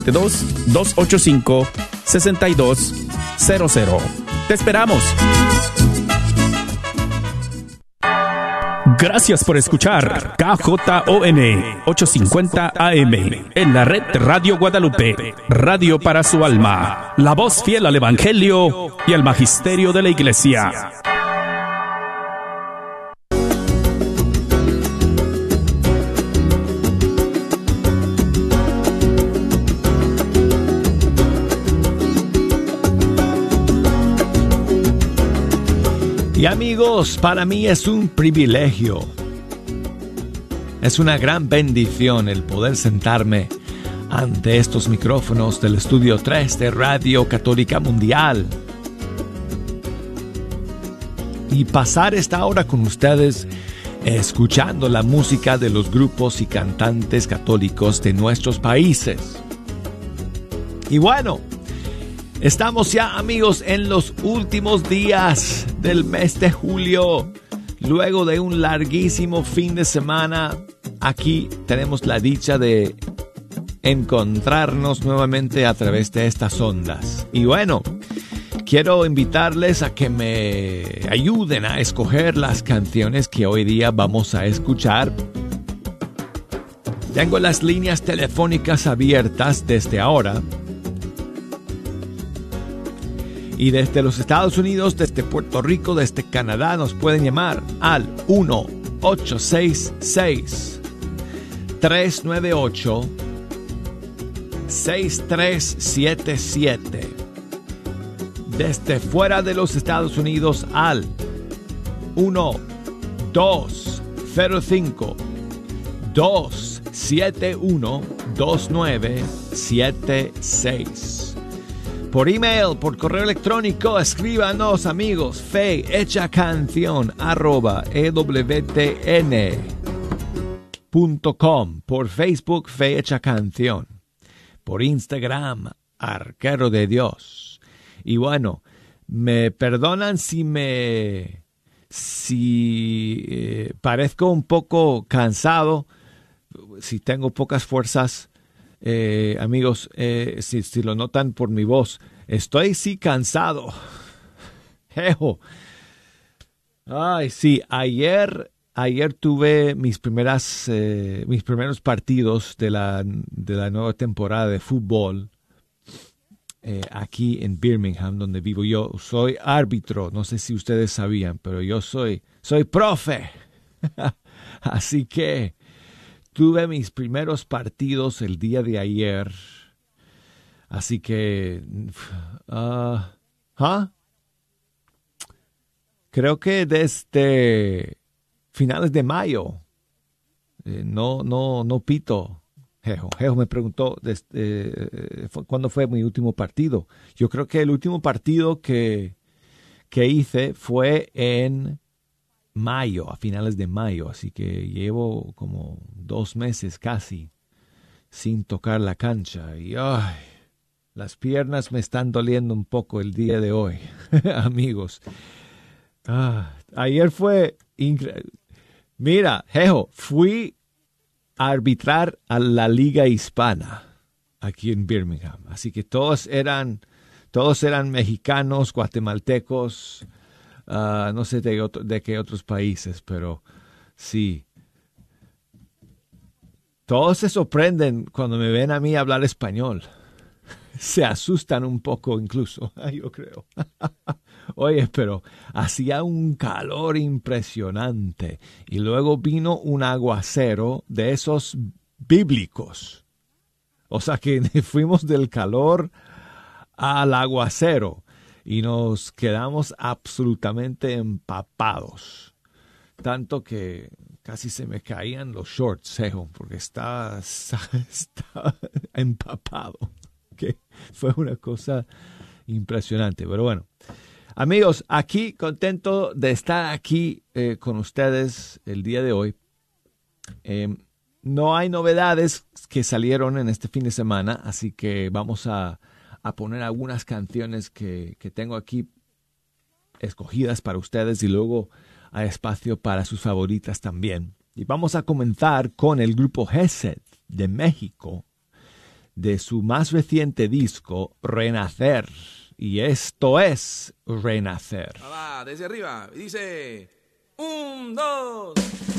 285-6200. ¡Te esperamos! Gracias por escuchar KJON 850 AM en la red Radio Guadalupe, radio para su alma, la voz fiel al Evangelio y al Magisterio de la Iglesia. Y amigos, para mí es un privilegio, es una gran bendición el poder sentarme ante estos micrófonos del Estudio 3 de Radio Católica Mundial y pasar esta hora con ustedes escuchando la música de los grupos y cantantes católicos de nuestros países. Y bueno, estamos ya, amigos, en los últimos días del mes de julio. Luego de un larguísimo fin de semana, aquí tenemos la dicha de encontrarnos nuevamente a través de estas ondas. Y bueno, quiero invitarles a que me ayuden a escoger las canciones que hoy día vamos a escuchar. Tengo las líneas telefónicas abiertas desde ahora. Y desde los Estados Unidos, desde Puerto Rico, desde Canadá, nos pueden llamar al 1-866-398-6377. Desde fuera de los Estados Unidos al 1-205-271-2976. Por email, por correo electrónico, escríbanos, amigos, fehechacanción@ewtn.com. Por Facebook, Fe Hecha Canción. Por Instagram, Arquero de Dios. Y bueno, me perdonan si parezco un poco cansado, si tengo pocas fuerzas. Amigos, si lo notan por mi voz, estoy sí cansado. Jejo. Ay, sí, ayer tuve mis primeros partidos de la nueva temporada de fútbol aquí en Birmingham, donde vivo. Yo soy árbitro, no sé si ustedes sabían, pero yo soy profe. Así que tuve mis primeros partidos el día de ayer, así que creo que desde finales de mayo no pito. Jejo me preguntó cuándo fue mi último partido. Yo creo que el último partido que hice fue en mayo, a finales de mayo, así que llevo como 2 meses casi sin tocar la cancha y las piernas me están doliendo un poco el día de hoy. Amigos, ayer fue increíble. Mira, Jejo, fui a arbitrar a la Liga Hispana aquí en Birmingham, así que todos eran mexicanos, guatemaltecos, no sé de qué otros países, pero sí. Todos se sorprenden cuando me ven a mí hablar español. Se asustan un poco incluso, yo creo. Oye, pero hacía un calor impresionante. Y luego vino un aguacero de esos bíblicos. O sea que fuimos del calor al aguacero. Y nos quedamos absolutamente empapados. Tanto que casi se me caían los shorts, porque está empapado. Que fue una cosa impresionante. Pero bueno, amigos, aquí contento de estar aquí con ustedes el día de hoy. No hay novedades que salieron en este fin de semana, así que vamos a poner algunas canciones que tengo aquí escogidas para ustedes y luego hay espacio para sus favoritas también. Y vamos a comenzar con el grupo Gesed de México, de su más reciente disco, Renacer. Y esto es Renacer. Va, desde arriba. Dice: 1, 2.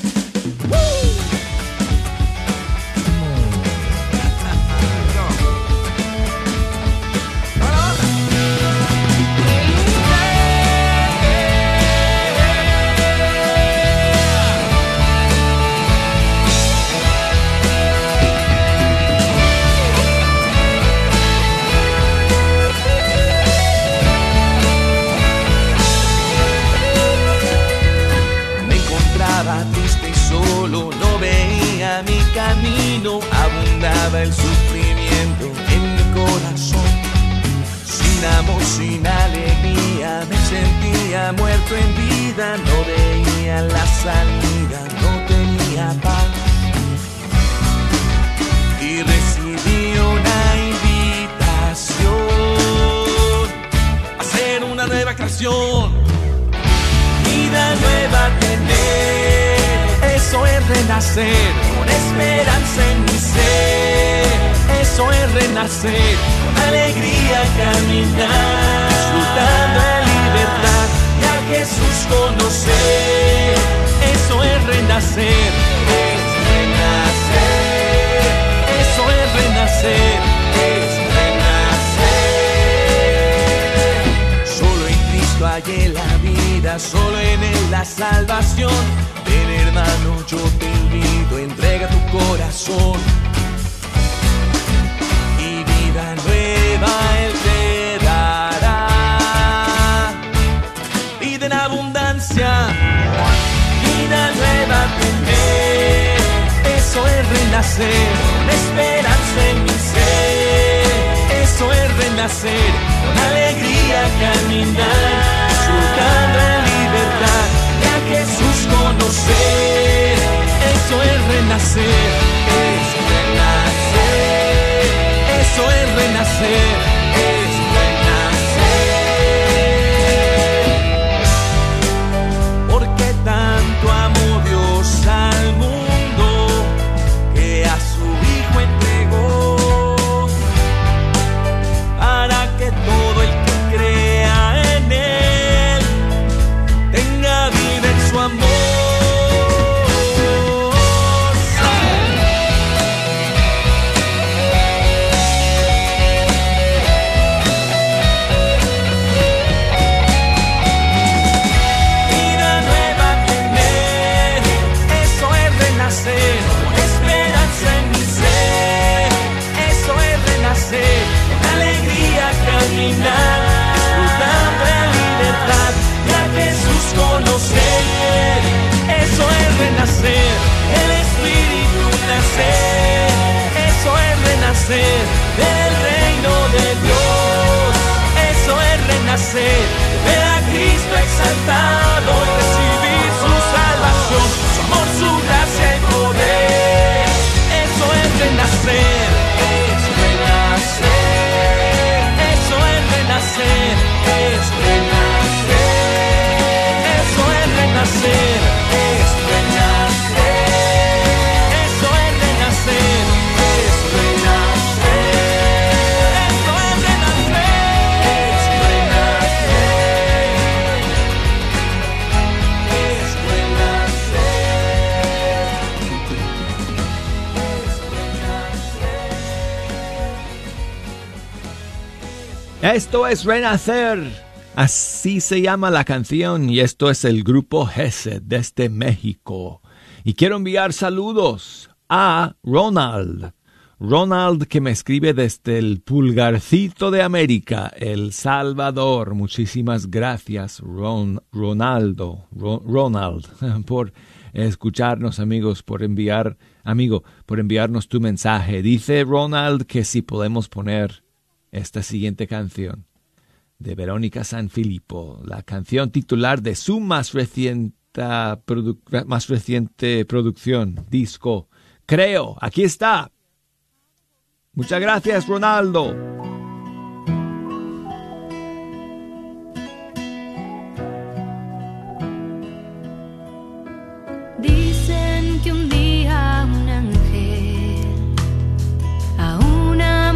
Triste y solo, no veía mi camino, abundaba el sufrimiento en mi corazón. Sin amor, sin alegría, me sentía muerto en vida, no veía la salida, no tenía paz. Y recibí una invitación a hacer una nueva creación. Vida nueva tener, eso es renacer, con esperanza en mi ser, eso es renacer, con alegría caminar, disfrutando en libertad, y a Jesús conocer, eso es renacer, eso es renacer, solo en Cristo hallé la vida, solo en Él la salvación. Ven, hermano, yo te invito, entrega tu corazón y vida nueva Él te dará. Vida en abundancia, vida nueva tener, eso es renacer, con esperanza en mi ser, eso es renacer, con alegría caminar, disfrutando en libertad, y a Jesús conocer, eso es renacer, eso es renacer, porque tanto amó Dios al mundo que a su Hijo entregó, para que todo el que crea en Él tenga vida en su amor. Vida nueva tener, eso es renacer, con esperanza en mi ser, eso es renacer, con alegría caminar, disfrutando en libertad, y a Jesús conocer, eso es renacer, el Espíritu nacer, eso es renacer, del reino de Dios, eso es renacer, ver a Cristo exaltado y recibir su salvación, su amor, su gracia y poder, eso es renacer, es renacer, eso es renacer, es renacer, eso es renacer, es renacer, eso es renacer, es renacer, eso es renacer, es Esto es Renacer. Así se llama la canción y esto es el grupo Gesed desde México. Y quiero enviar saludos a Ronald. Ronald, que me escribe desde el Pulgarcito de América, El Salvador. Muchísimas gracias, Ronald, por escucharnos, por enviarnos tu mensaje. Dice Ronald que si podemos poner esta siguiente canción de Verónica Sanfilippo, la canción titular de su más reciente producción, disco, Creo. Aquí está. Muchas gracias, Ronaldo. Dicen que un día un ángel a una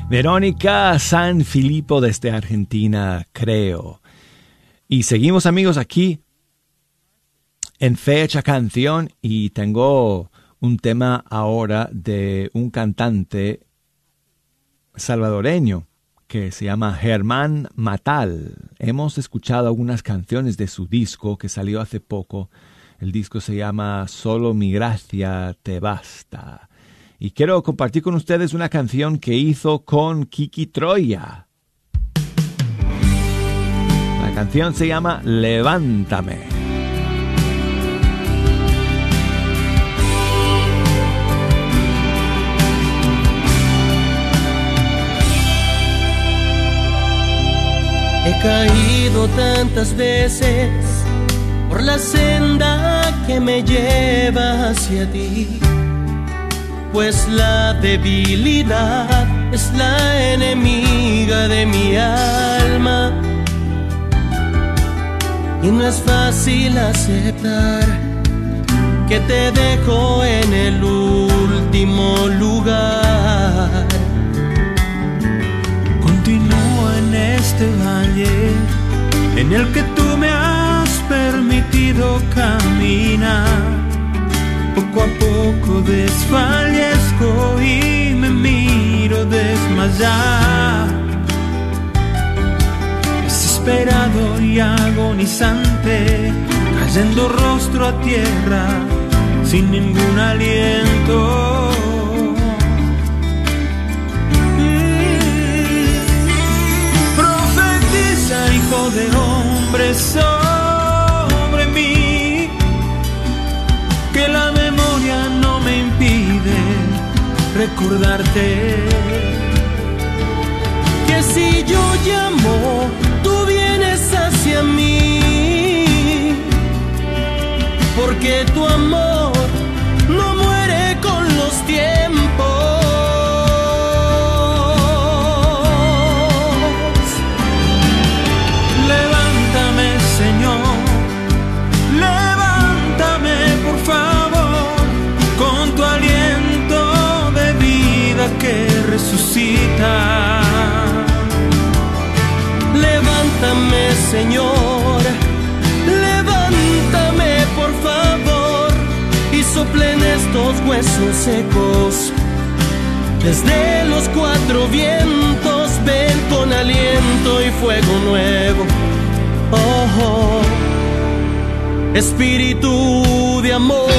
Verónica Sanfilippo desde Argentina, creo. Y seguimos, amigos, aquí en Fecha Canción, y tengo un tema ahora de un cantante salvadoreño que se llama Germán Matal. Hemos escuchado algunas canciones de su disco que salió hace poco. El disco se llama Solo mi gracia te basta. Y quiero compartir con ustedes una canción que hizo con Kiki Troya. La canción se llama Levántame. He caído tantas veces por la senda que me lleva hacia ti, pues la debilidad es la enemiga de mi alma, y no es fácil aceptar que te dejo en el último lugar. Continúo en este valle en el que tú me has permitido caminar. Poco a poco desfallezco y me miro desmayar, desesperado y agonizante, cayendo rostro a tierra sin ningún aliento. Profetiza, hijo de hombre, sobre mí, que la memoria no me impide recordarte, Que si yo llamo, tú vienes hacia mí, porque tu amor no muere con los tiempos. Levántame, Señor, levántame, por favor, con tu aliento de vida que resucita. Levántame, Señor, levántame, por favor, y sopla en estos huesos secos. Desde los cuatro vientos, ven con aliento y fuego nuevo. Oh, Espíritu de amor.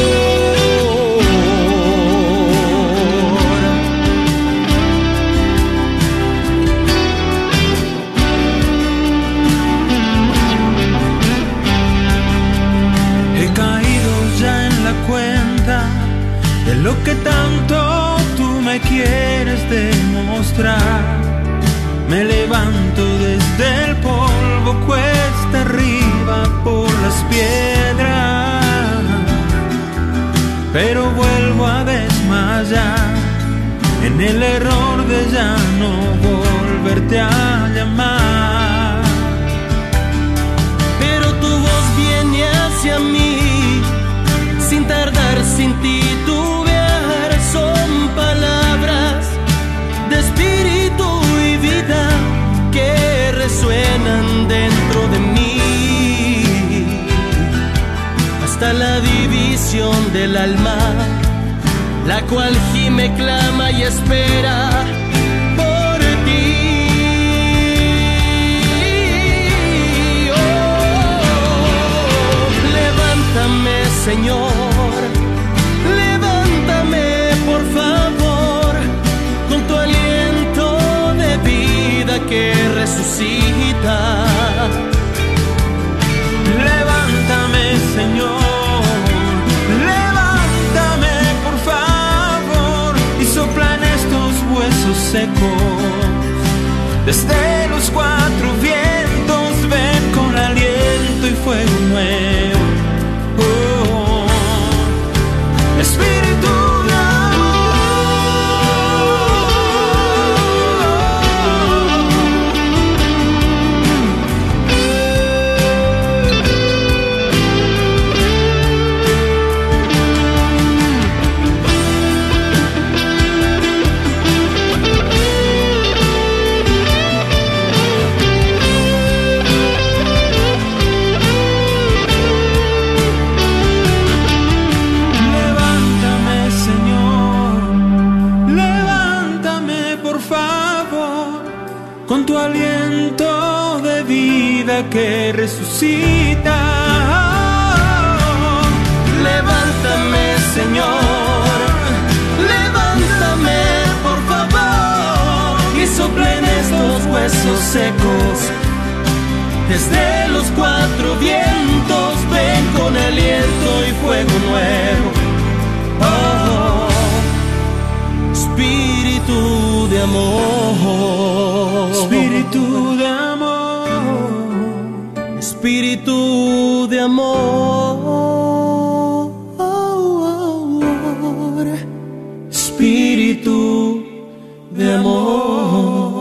He caído ya en la cuenta de lo que tanto tú me quieres demostrar. Me levanto desde el polvo, cuesta arriba por las piedras, pero vuelvo a desmayar en el error de ya no volverte a llamar. Pero tu voz viene hacia mí, sin tardar, sin titubear. Son palabras de espíritu y vida que resuenan dentro de mí, hasta la división del alma, la cual gime, clama y espera por ti. Oh, levántame, Señor, levántame, por favor, con tu aliento de vida que resucita. Levántame, Señor, levántame, por favor, y sopla en estos huesos secos. Desde los cuatro vientos, ven con aliento y fuego nuevo. Oh, Espíritu de día que resucita. Levántame, Señor, levántame, por favor, y sopla en estos huesos secos. Desde los cuatro vientos, ven con aliento y fuego nuevo. Oh, Espíritu de amor, Espíritu de amor, Espíritu de amor, Espíritu de amor.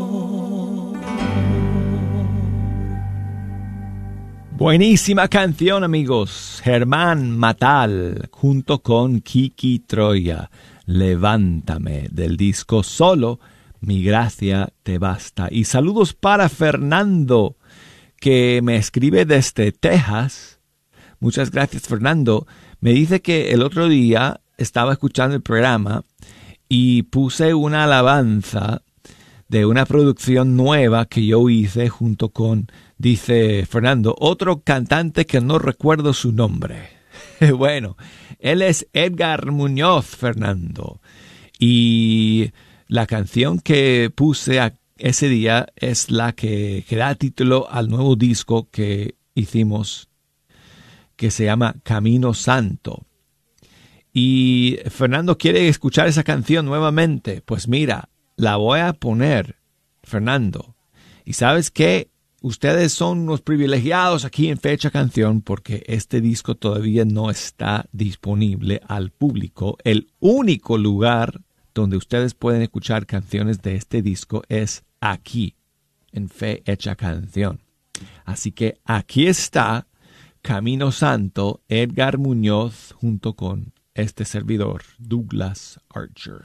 Buenísima canción, amigos. Germán Matal junto con Kiki Troya. Levántame, del disco Solo, mi gracia te basta. Y saludos para Fernando, que me escribe desde Texas. Muchas gracias, Fernando. Me dice que el otro día estaba escuchando el programa y puse una alabanza de una producción nueva que yo hice junto con, dice Fernando, otro cantante que no recuerdo su nombre. Bueno, él es Edgar Muñoz, Fernando. Y la canción que puse ese día es la que da título al nuevo disco que hicimos, que se llama Camino Santo. Y Fernando quiere escuchar esa canción nuevamente. Pues mira, la voy a poner, Fernando. ¿Y sabes qué? Ustedes son unos privilegiados aquí en Fecha Canción porque este disco todavía no está disponible al público. El único lugar donde ustedes pueden escuchar canciones de este disco es aquí, en Fe Hecha Canción. Así que aquí está Camino Santo, Edgar Muñoz, junto con este servidor, Douglas Archer.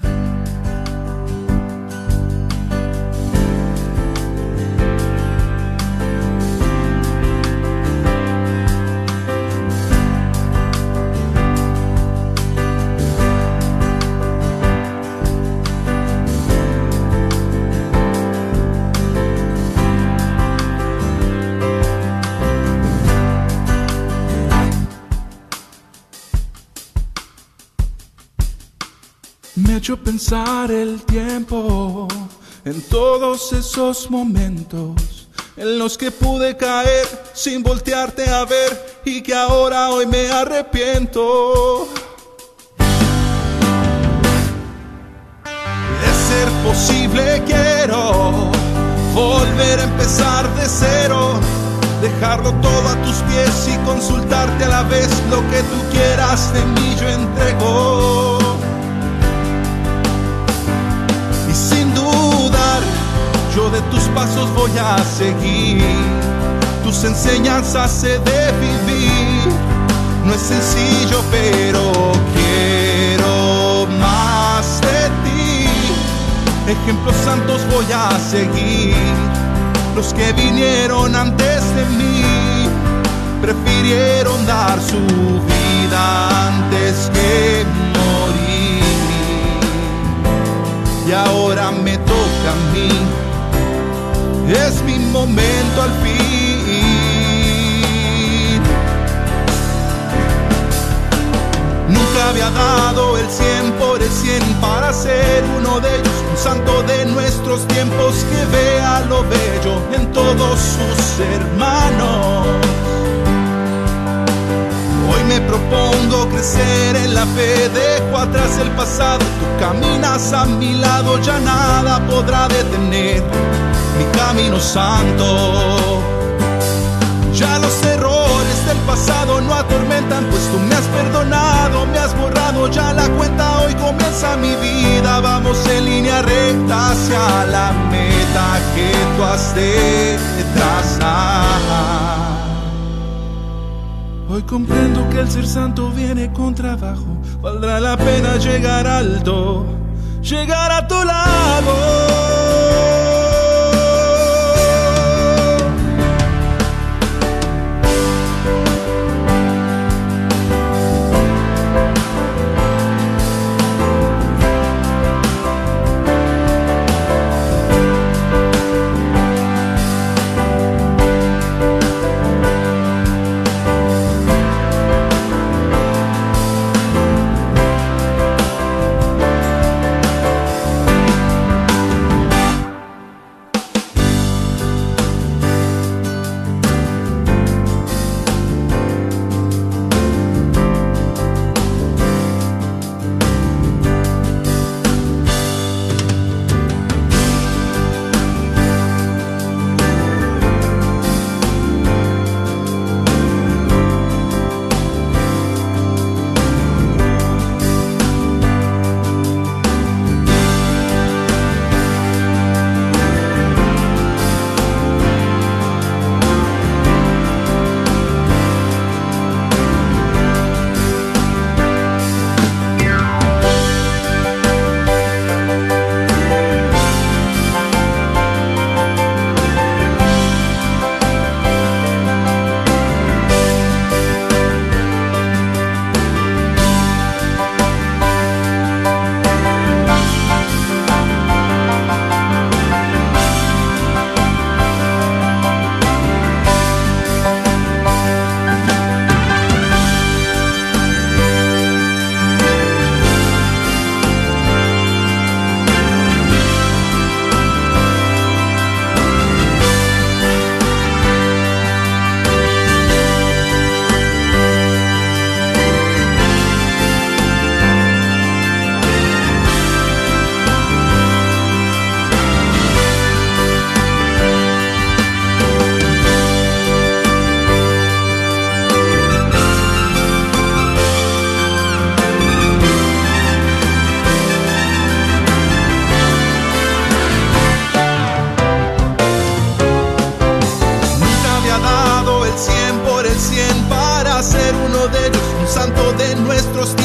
Me ha hecho pensar el tiempo en todos esos momentos en los que pude caer sin voltearte a ver y que ahora hoy me arrepiento. De ser posible quiero volver a empezar de cero, dejarlo todo a tus pies y consultarte a la vez. Lo que tú quieras de mí yo entrego. Y sin dudar, yo de tus pasos voy a seguir. Tus enseñanzas he de vivir. No es sencillo, pero quiero más de ti. Ejemplos santos voy a seguir. Los que vinieron antes de mí prefirieron dar su vida antes que morir. Y ahora me toca a mí, es mi momento al fin. Nunca había dado el 100 por el 100 para ser uno de ellos, un santo de nuestros tiempos que vea lo bello en todos sus hermanos. Hoy me propongo crecer en la fe, dejo atrás el pasado, tú caminas a mi lado, ya nada podrá detener mi camino santo. Ya los errores del pasado no atormentan, pues tú me has perdonado, me has borrado ya la cuenta, hoy comienza mi vida, vamos en línea recta hacia la meta que tú has de trazar. Hoy comprendo que el ser santo viene con trabajo, valdrá la pena llegar alto, llegar a tu lado.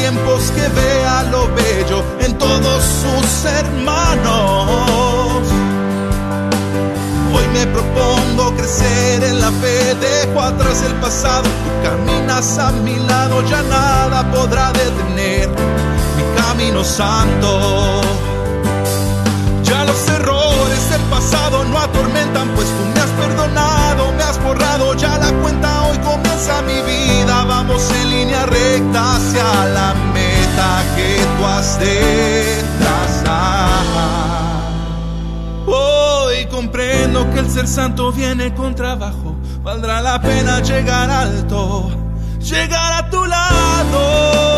tiempos que vea lo bello en todos sus hermanos. Hoy me propongo crecer en la fe, dejo atrás el pasado, tú caminas a mi lado, ya nada podrá detener mi camino santo. Ya los errores del pasado no atormentan, pues tú me has perdonado, me has borrado ya la cuenta, hoy comienza mi vida, vamos en línea recta hacia la meta que tú has de trazar. Hoy comprendo que el ser santo viene con trabajo, valdrá la pena llegar alto, llegar a tu lado.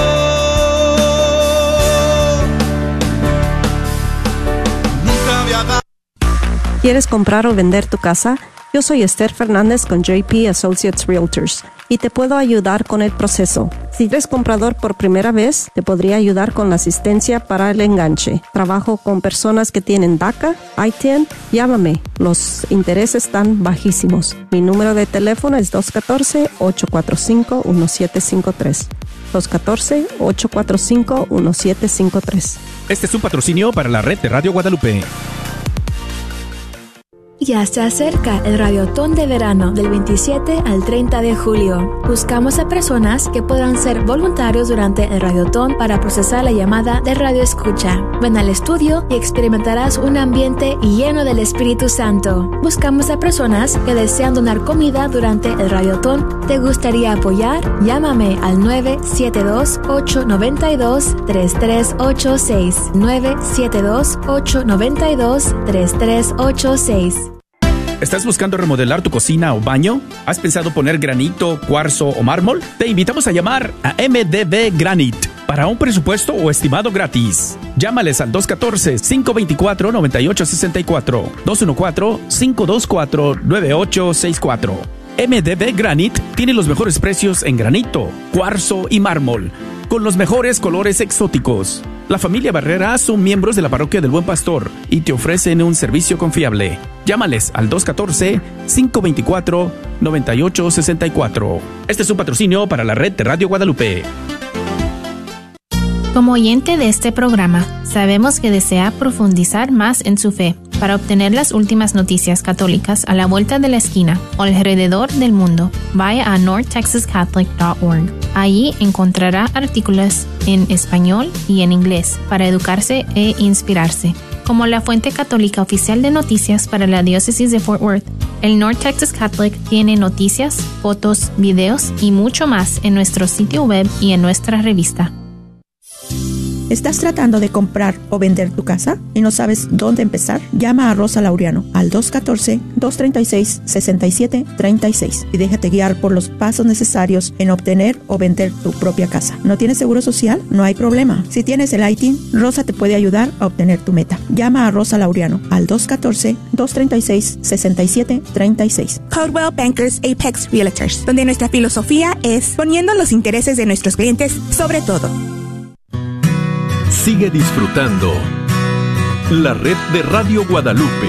¿Quieres comprar o vender tu casa? Yo soy Esther Fernández con JP Associates Realtors y te puedo ayudar con el proceso. Si eres comprador por primera vez, te podría ayudar con la asistencia para el enganche. Trabajo con personas que tienen DACA, ITIN. Llámame, los intereses están bajísimos. Mi número de teléfono es 214-845-1753. 214-845-1753. Este es un patrocinio para la red de Radio Guadalupe. Ya se acerca el Radiotón de verano del 27 al 30 de julio. Buscamos a personas que puedan ser voluntarios durante el Radiotón para procesar la llamada de Radio Escucha. Ven al estudio y experimentarás un ambiente lleno del Espíritu Santo. Buscamos a personas que desean donar comida durante el Radiotón. ¿Te gustaría apoyar? Llámame al 972-892-3386. 972-892-3386. ¿Estás buscando remodelar tu cocina o baño? ¿Has pensado poner granito, cuarzo o mármol? Te invitamos a llamar a MDB Granite para un presupuesto o estimado gratis. Llámales al 214-524-9864, 214-524-9864. MDB Granite tiene los mejores precios en granito, cuarzo y mármol, con los mejores colores exóticos. La familia Barrera son miembros de la Parroquia del Buen Pastor y te ofrecen un servicio confiable. Llámales al 214-524-9864. Este es un patrocinio para la red de Radio Guadalupe. Como oyente de este programa, sabemos que desea profundizar más en su fe. Para obtener las últimas noticias católicas a la vuelta de la esquina o alrededor del mundo, vaya a northtexascatholic.org. Allí encontrará artículos en español y en inglés para educarse e inspirarse. Como la fuente católica oficial de noticias para la diócesis de Fort Worth, el North Texas Catholic tiene noticias, fotos, videos y mucho más en nuestro sitio web y en nuestra revista. ¿Estás tratando de comprar o vender tu casa y no sabes dónde empezar? Llama a Rosa Laureano al 214-236-6736 y déjate guiar por los pasos necesarios en obtener o vender tu propia casa. ¿No tienes seguro social? No hay problema. Si tienes el ITIN, Rosa te puede ayudar a obtener tu meta. Llama a Rosa Laureano al 214-236-6736. Coldwell Bankers Apex Realtors, donde nuestra filosofía es poniendo los intereses de nuestros clientes sobre todo. Sigue disfrutando la red de Radio Guadalupe.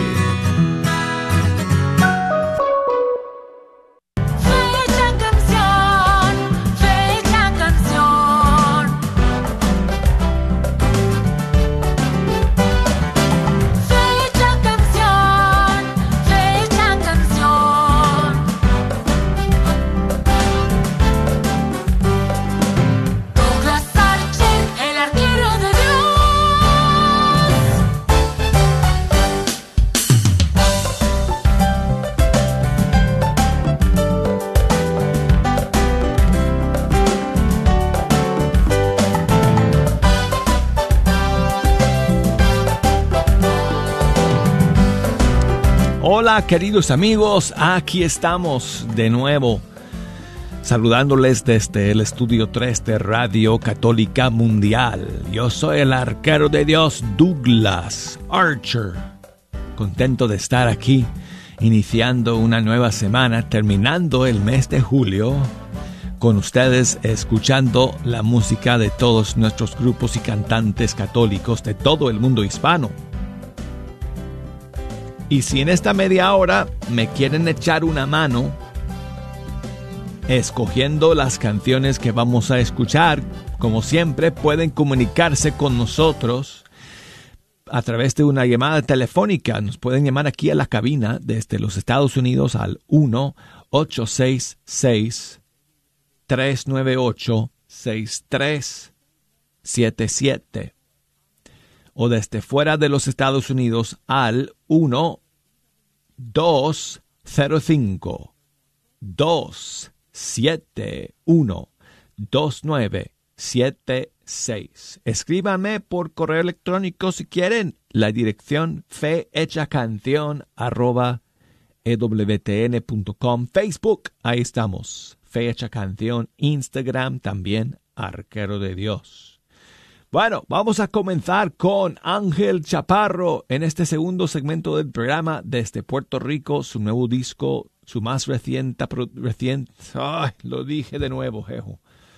Hola queridos amigos, aquí estamos de nuevo saludándoles desde el estudio 3 de Radio Católica Mundial. Yo soy el arquero de Dios Douglas Archer, contento de estar aquí iniciando una nueva semana, terminando el mes de julio con ustedes, escuchando la música de todos nuestros grupos y cantantes católicos de todo el mundo hispano. Y si en esta media hora me quieren echar una mano escogiendo las canciones que vamos a escuchar. Como siempre, pueden comunicarse con nosotros a través de una llamada telefónica. Nos pueden llamar aquí a la cabina desde los Estados Unidos al 1-866-398-6377 o desde fuera de los Estados Unidos al 1-205-271-2976. Escríbanme por correo electrónico si quieren. La dirección fehechacanción@ewtn.com. Facebook, ahí estamos. Fe Hecha Canción. Instagram también, Arquero de Dios. Bueno, vamos a comenzar con Ángel Chaparro en este segundo segmento del programa desde Puerto Rico. Su nuevo disco, su más reciente, lo dije de nuevo, jejo.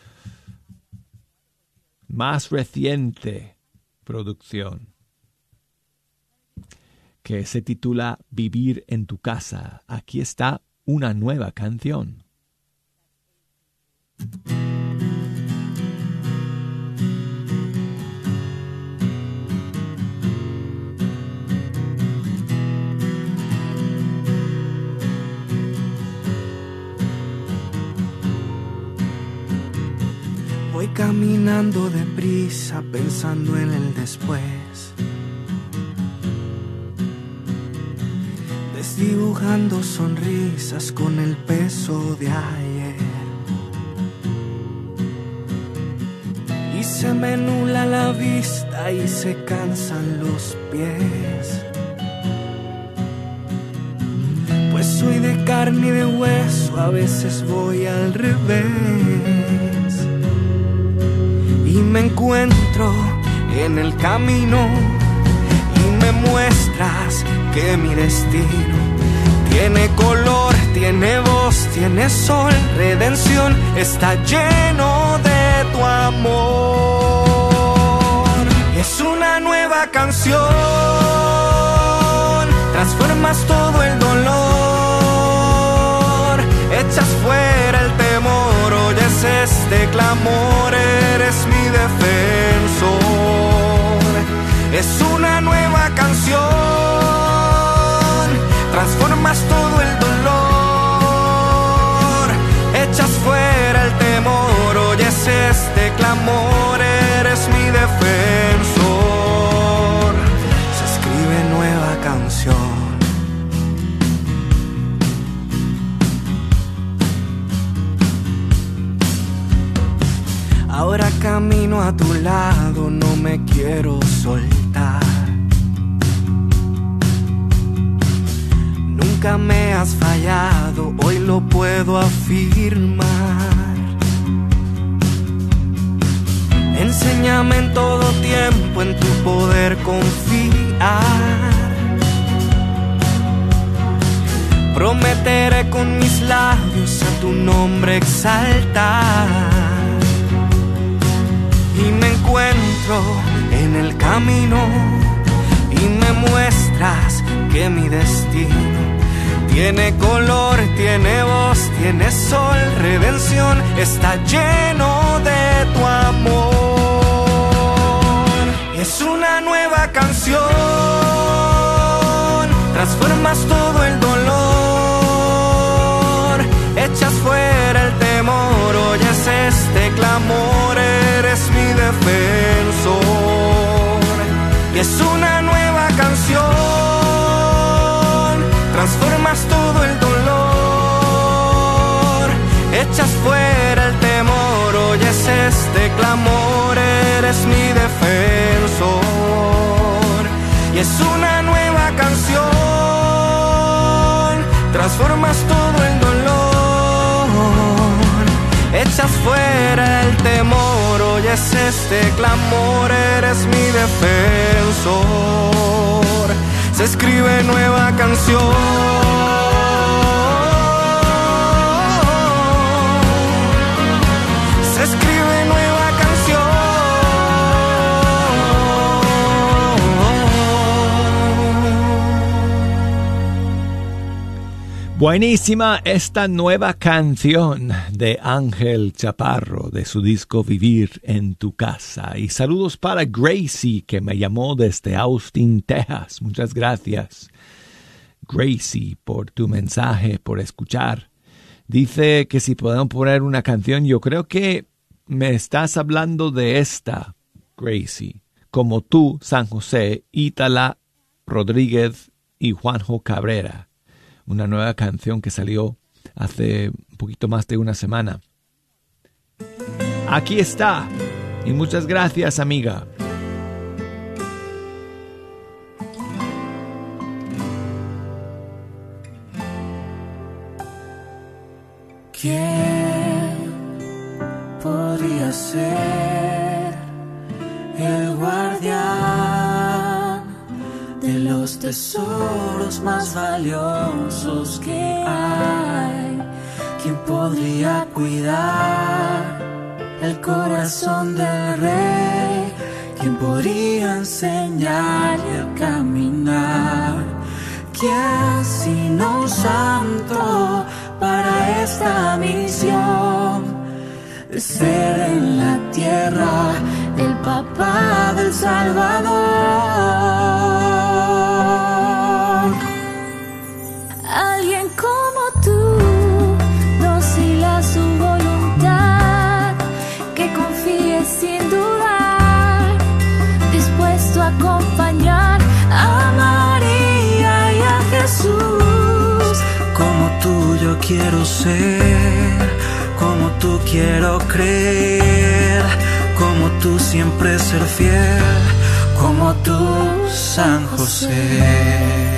Más reciente producción, que se titula Vivir en tu casa. Aquí está una nueva canción. Voy caminando deprisa, pensando en el después, desdibujando sonrisas con el peso de ayer. Y se me nubla la vista y se cansan los pies, pues soy de carne y de hueso, a veces voy al revés. Y me encuentro en el camino y me muestras que mi destino tiene color, tiene voz, tiene sol, redención, está lleno de tu amor. Es una nueva canción, transformas todo el dolor, echas fuera el temor, oyes este clamor, eres mi defensor. Es una nueva canción, transformas todo el dolor, echas fuera el temor, oyes este clamor, eres mi defensor. Se escribe nueva canción. Ahora camino a tu lado, no me quiero soltar. Nunca me has fallado, hoy lo puedo afirmar. Enséñame en todo tiempo en tu poder confiar. Prometeré con mis labios a tu nombre exaltar. Y me encuentro en el camino y me muestras que mi destino tiene color, tiene voz, tiene sol, redención, está lleno de tu amor. Es una nueva canción, transformas todo el dolor, echas fuera el temor, oyes este clamor, eres mi defensor. Y es una nueva canción, transformas todo el dolor, echas fuera el temor, oyes este clamor, eres mi defensor. Y es una nueva canción, transformas todo el dolor, echas fuera el temor, oyes este clamor, eres mi defensor. Se escribe nueva canción. Se escribe nueva canción. Buenísima esta nueva canción de Ángel Chaparro de su disco Vivir en tu Casa. Y saludos para Gracie, que me llamó desde Austin, Texas. Muchas gracias, Gracie, por tu mensaje, por escuchar. Dice que si podemos poner una canción, yo creo que me estás hablando de esta, Gracie. Como tú, San José, Ítala Rodríguez y Juanjo Cabrera. Una nueva canción que salió hace un poquito más de una semana. Aquí está. Y muchas gracias, amiga. ¿Quién podría ser el guardián de los tesoros más valiosos que hay? ¿Quién podría cuidar el corazón del rey? ¿Quién podría enseñarle a caminar? ¿Quién sino un santo para esta misión de ser en la tierra el papá del Salvador? Alguien como tú, dócil a su voluntad, que confíe sin dudar, dispuesto a acompañar a María y a Jesús. Como tú yo quiero ser, como tú quiero creer, como tú siempre ser fiel, como tú, San José.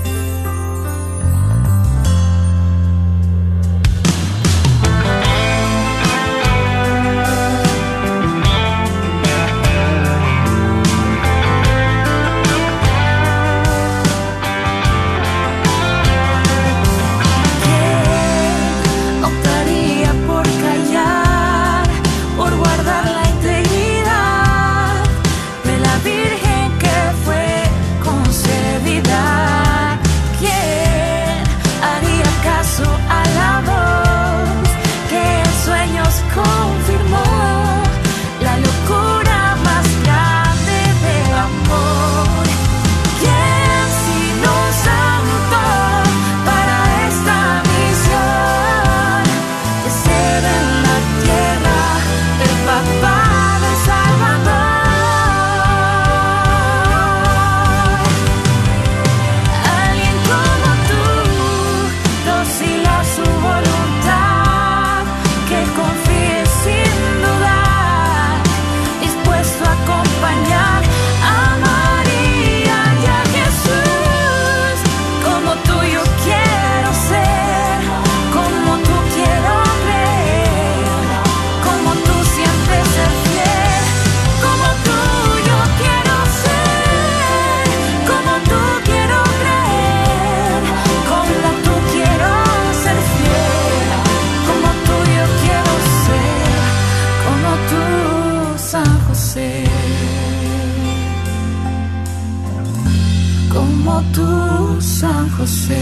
Como tú, San José.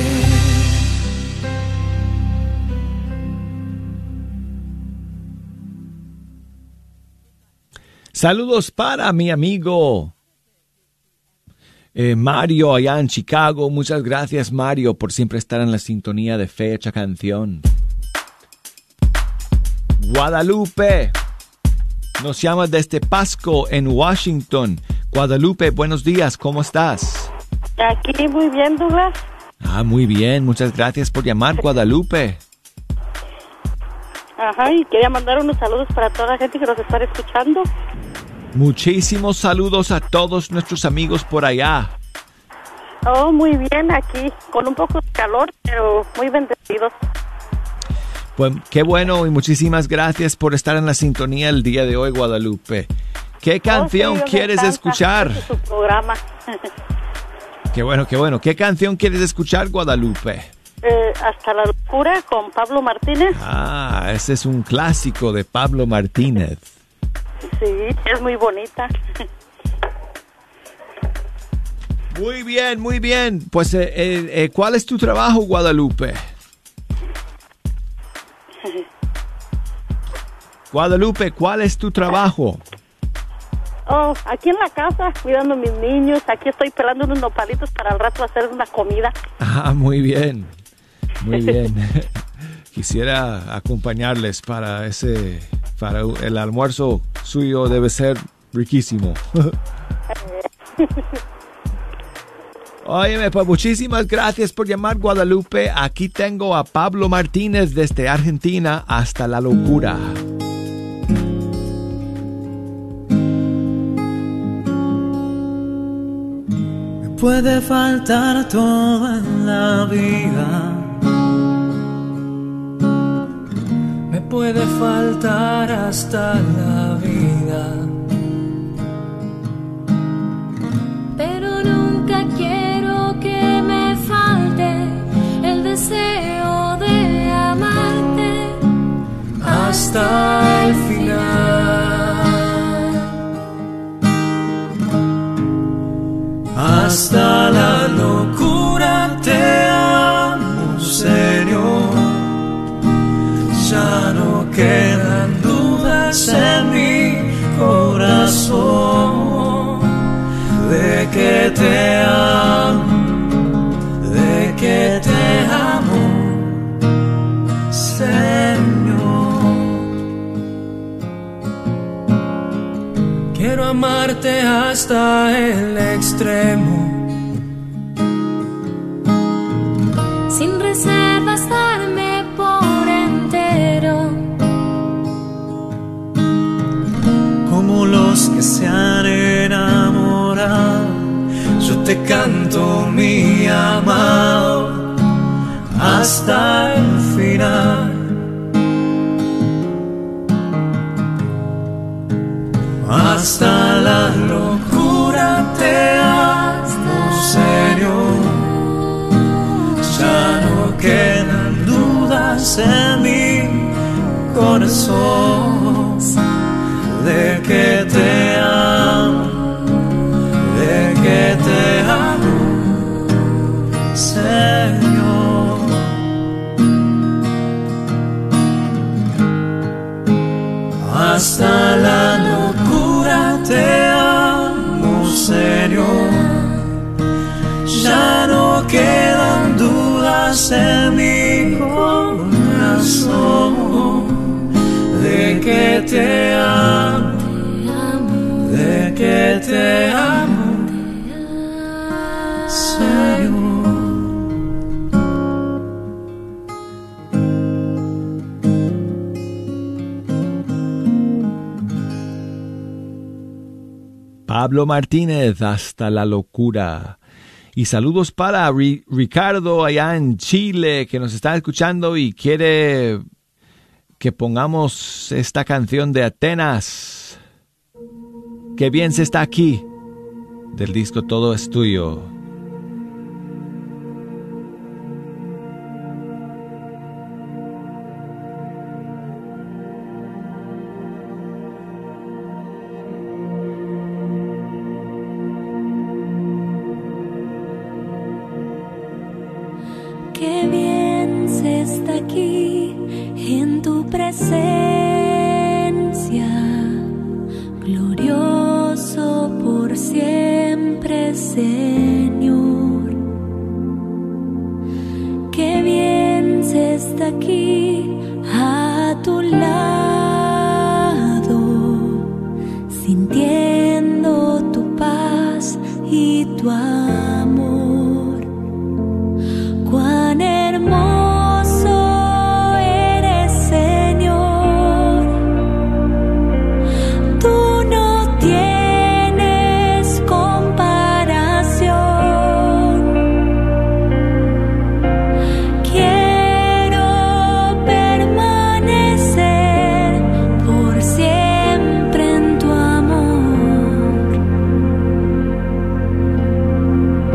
Saludos para mi amigo Mario allá en Chicago. Muchas gracias, Mario, por siempre estar en la sintonía de Fecha Canción. Guadalupe nos llama desde Pasco en Washington. Guadalupe, buenos días, ¿cómo estás? Aquí muy bien, Douglas. Muy bien, muchas gracias por llamar, Guadalupe. Ajá, y quería mandar unos saludos para toda la gente que nos está escuchando. Muchísimos saludos a todos nuestros amigos por allá. Oh, muy bien, aquí con un poco de calor, pero muy bendecidos. Pues qué bueno y muchísimas gracias por estar en la sintonía el día de hoy, Guadalupe. ¿Qué canción quieres escuchar? Su programa. Qué bueno, qué bueno. ¿Qué canción quieres escuchar, Guadalupe? Hasta la locura con Pablo Martínez. Ese es un clásico de Pablo Martínez. Sí, es muy bonita. Muy bien, muy bien. Pues, ¿cuál es tu trabajo, Guadalupe? Guadalupe, ¿cuál es tu trabajo? Oh, aquí en la casa, cuidando a mis niños. Aquí estoy pelando unos nopalitos para al rato hacer una comida. Ah, muy bien. Muy bien. Quisiera acompañarles para el almuerzo suyo. Debe ser riquísimo. Óyeme, pues muchísimas gracias por llamar, Guadalupe. Aquí tengo a Pablo Martínez desde Argentina, Hasta la locura. Puede faltar todo en la vida, me puede faltar hasta la vida, pero nunca quiero que me falte el deseo de amarte hasta el final. Hasta la locura te amo, Señor. Ya no quedan dudas en mi corazón de que te amo, de que te amo, Señor. Quiero amarte hasta el extremo, sin reservas darme por entero, como los que se han enamorado. Yo te canto, mi amado, hasta el final. Hasta la locura te amo, Señor. Ya no quedan dudas en mi corazón de que te amo, de que te amo, Señor. Hasta la locura te amo, Señor. Ya no quedan dudas en mi corazón de que te amo, de que te amo, Señor. Pablo Martínez, Hasta la locura. Y saludos para Ricardo allá en Chile, que nos está escuchando y quiere que pongamos esta canción de Atenas. Qué bien se está aquí, del disco Todo es Tuyo. qué bien se está aquí en tu presencia, glorioso por siempre, Señor. Qué bien se está aquí a tu lado, sintiendo tu paz y tu amor. Cuán hermoso eres, Señor. Tú no tienes comparación. Quiero permanecer por siempre en tu amor.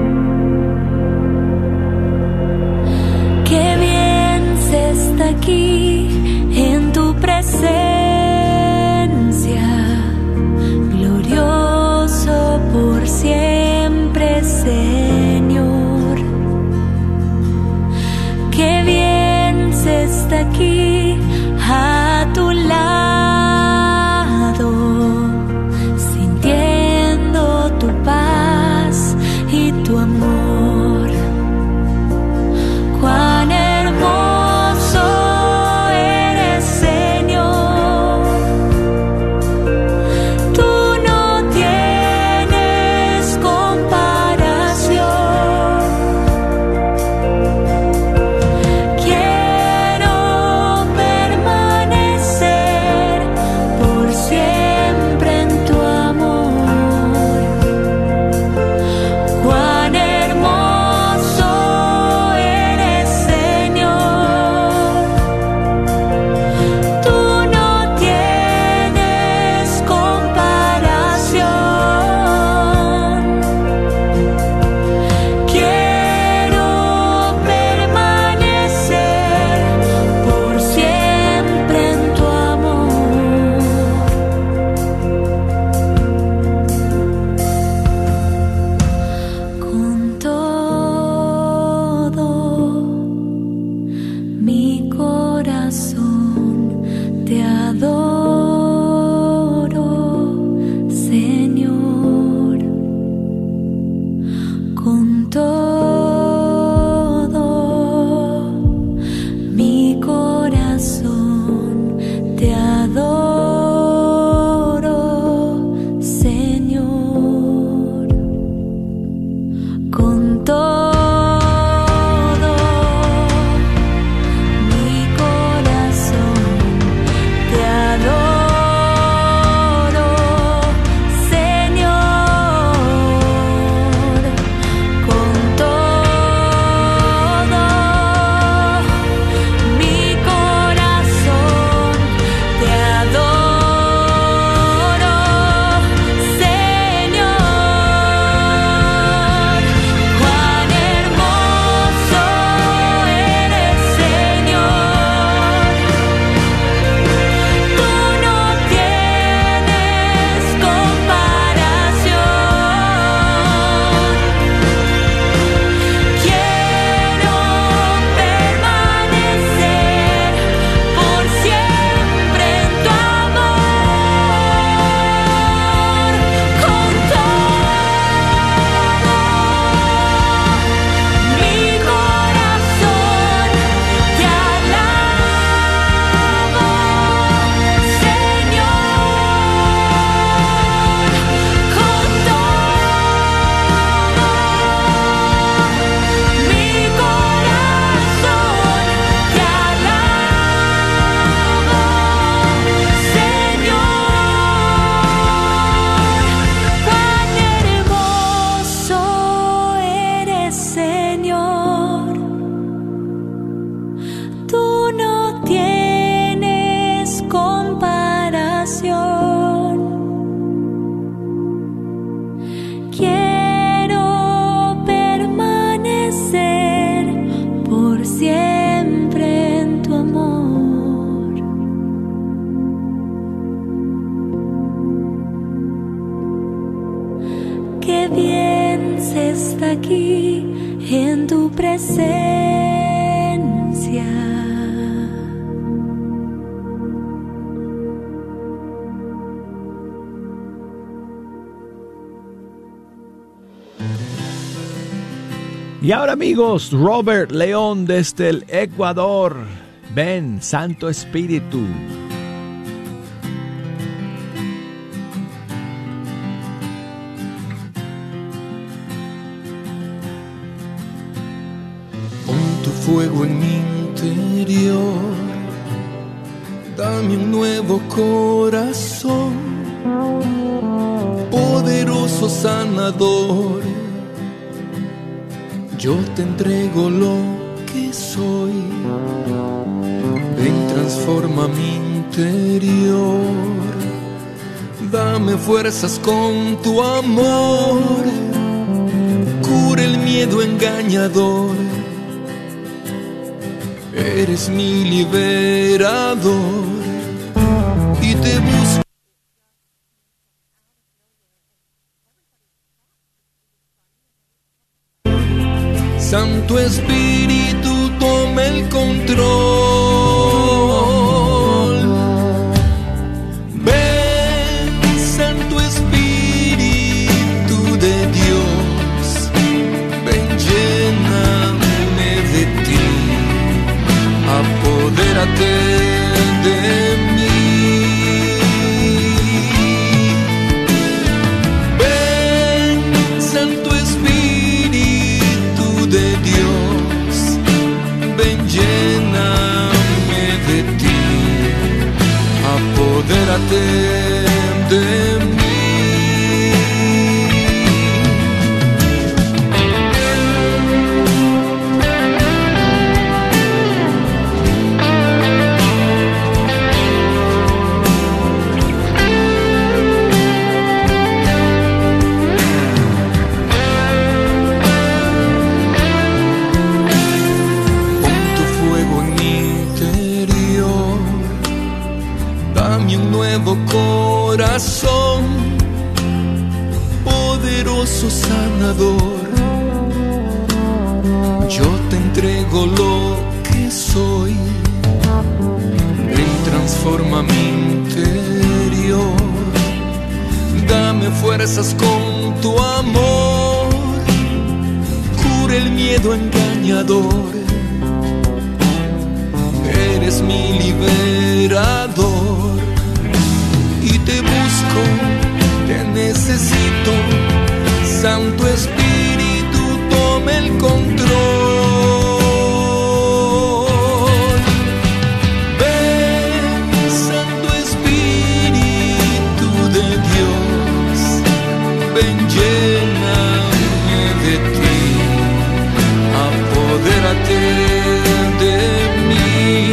qué bien se está aquí en tu presencia. Y ahora, amigos, Robert León desde el Ecuador. Ven, Santo Espíritu. Pon tu fuego en mi interior, dame un nuevo corazón, poderoso sanador. Yo te entrego lo que soy. Ven, transforma mi interior. Dame fuerzas con tu amor. Cura el miedo engañador. Eres mi liberador. Y te busco. Santo Espíritu, toma el control. Ven, Santo Espíritu de Dios, ven, lléname de ti, apodérate de mí. Ven, Santo Espíritu de Dios, ven, lléname de ti, apodérate de mí. Corazón, poderoso sanador, yo te entrego lo que soy. Ven, transforma mi interior, dame fuerzas con tu amor, cura el miedo engañador. Eres mi liberador. Y te busco, te necesito, Santo Espíritu, toma el control. Ven, Santo Espíritu de Dios, ven, lléname de ti, apodérate de mí.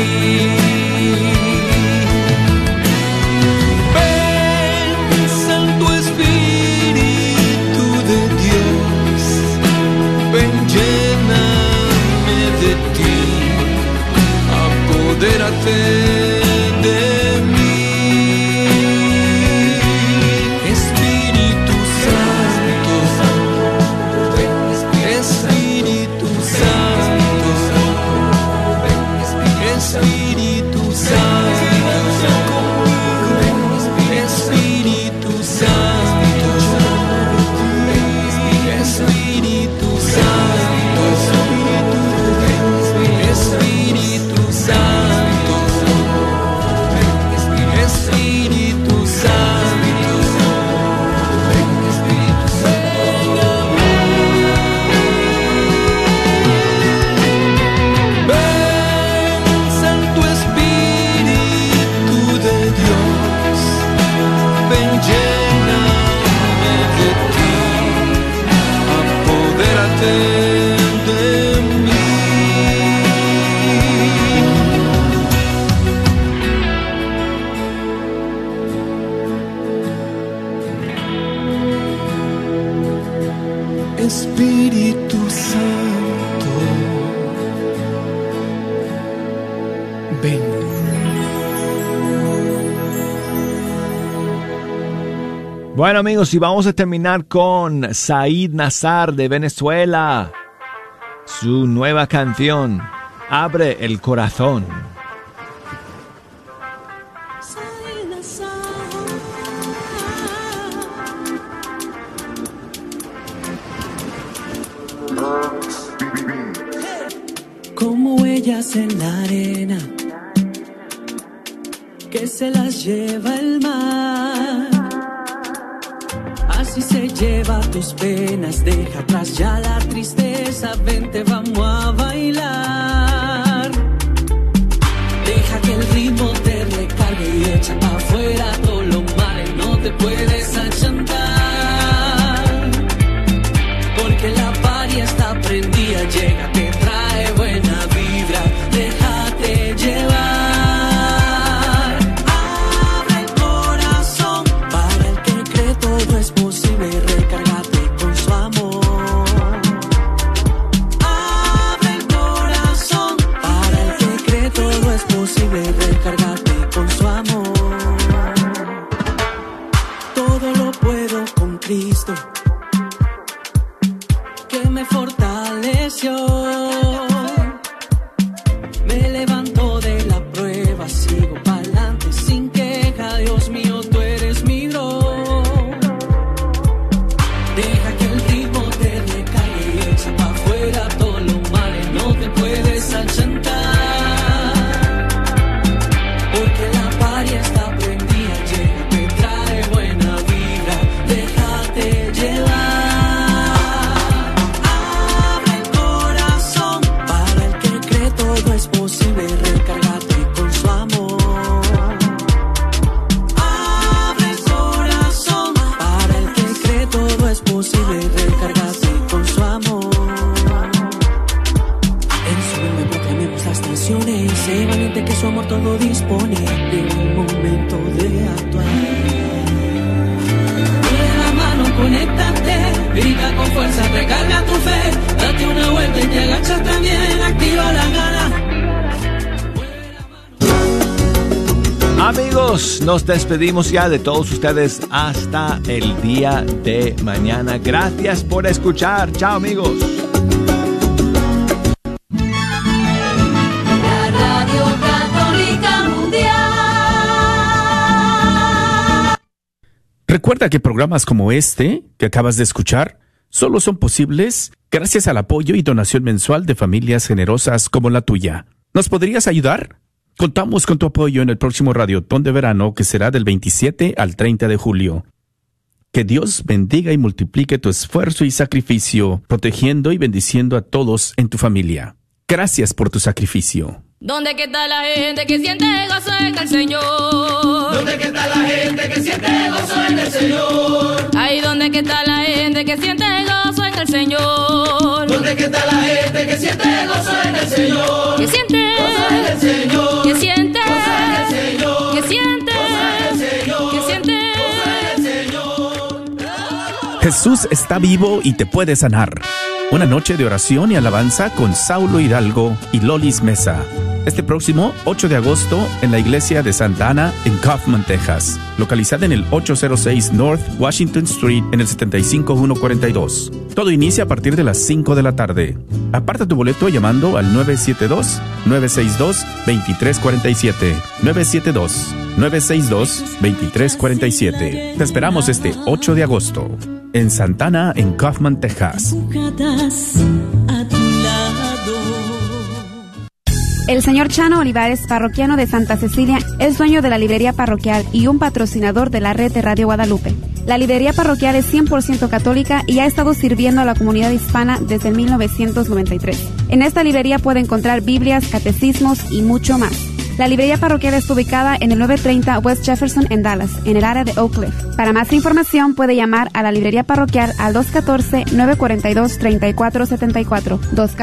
Apodérate de mí, Espíritu Santo, Espíritu Santo, Espíritu Santo, Espíritu Santo, Espíritu Santo, Espíritu Santo, Espíritu Santo, ven, Santo Espíritu de Dios, ven, lléname de ti, apodérate de mí. Espíritu Santo, ven. Bueno, amigos, y vamos a terminar con Said Nazar de Venezuela. Su nueva canción, Abre el Corazón. Como huellas en la arena que se las lleva el mar, así se lleva tus penas, deja atrás ya la tristeza, vente vamos a bailar, deja que el ritmo te recargue y echa pa' afuera todos los males, no te puedes achantar, porque la party está prendida, llega, te trae buena vibra, déjate llevar. Cristo, que me fortaleció, me levantó de la prueba, sigo pa'lante sin queja, Dios mío, tú eres mi bro. Deja que el ritmo te recargue y echa pa' afuera todos los males, no te puedes achantar, porque la party está prendida, llega, te trae buena vibra, déjate llevar. Abre el corazón, para el que cree todo es posible, recárgate con su amor. Abre el corazón, para el que cree todo es posible, recárgate con su amor. En su nombre proclamemos las canciones, sé valiente que su amor todo dispone, llegó el momento de actuar. Conéctate, grita con fuerza, recarga tu fe, date una vuelta y te agachas también, activa la gana. Amigos, nos despedimos ya de todos ustedes hasta el día de mañana. Gracias por escuchar. Chao, amigos. La Radio Católica Mundial. Recuerda que programas como este que acabas de escuchar solo son posibles gracias al apoyo y donación mensual de familias generosas como la tuya. ¿Nos podrías ayudar? Contamos con tu apoyo en el próximo Radiotón de Verano, que será del 27 al 30 de julio. Que Dios bendiga y multiplique tu esfuerzo y sacrificio, protegiendo y bendiciendo a todos en tu familia. Gracias por tu sacrificio. ¿Dónde que está la gente que siente gozo en el Señor? ¿Dónde que está la gente que siente gozo en el Señor? Ahí donde que está la gente que siente gozo en el Señor. ¿Dónde que está la gente que siente gozo en el Señor? Que siente gozo en el Señor. Que siente gozo en el Señor. Que siente gozo en el Señor. Que siente gozo en el Señor. Jesús está vivo y te puede sanar. Una noche de oración y alabanza con Saulo Hidalgo y Lolis Mesa. Este próximo 8 de agosto en la iglesia de Santa Ana en Kaufman, Texas, localizada en el 806 North Washington Street en el 75142. Todo inicia a partir de las 5 de la tarde. Aparta tu boleto llamando al 972-962-2347. 972-962-2347. Te esperamos este 8 de agosto en Santa Ana en Kaufman, Texas. A tu lado. El señor Chano Olivares, parroquiano de Santa Cecilia, es dueño de la librería parroquial y un patrocinador de la red de Radio Guadalupe. La librería parroquial es 100% católica y ha estado sirviendo a la comunidad hispana desde 1993. En esta librería puede encontrar Biblias, catecismos y mucho más. La librería parroquial está ubicada en el 930 West Jefferson en Dallas, en el área de Oak Cliff. Para más información puede llamar a la librería parroquial al 214-942-3474.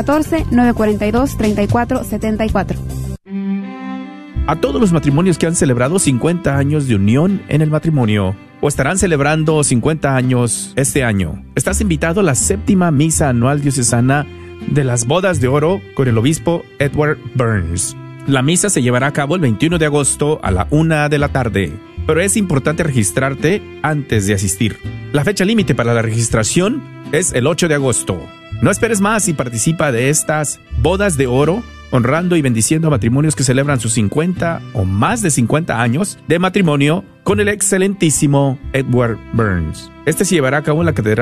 214-942-3474. A todos los matrimonios que han celebrado 50 años de unión en el matrimonio o estarán celebrando 50 años este año, estás invitado a la 7ª misa anual diocesana de las bodas de oro con el obispo Edward Burns. La misa se llevará a cabo el 21 de agosto a la 1 de la tarde. pero es importante registrarte antes de asistir. La fecha límite para la registración es el 8 de agosto. No esperes más y participa de estas bodas de oro, honrando y bendiciendo a matrimonios que celebran sus 50 o más de 50 años de matrimonio con el excelentísimo Edward Burns. Este se llevará a cabo en la Catedral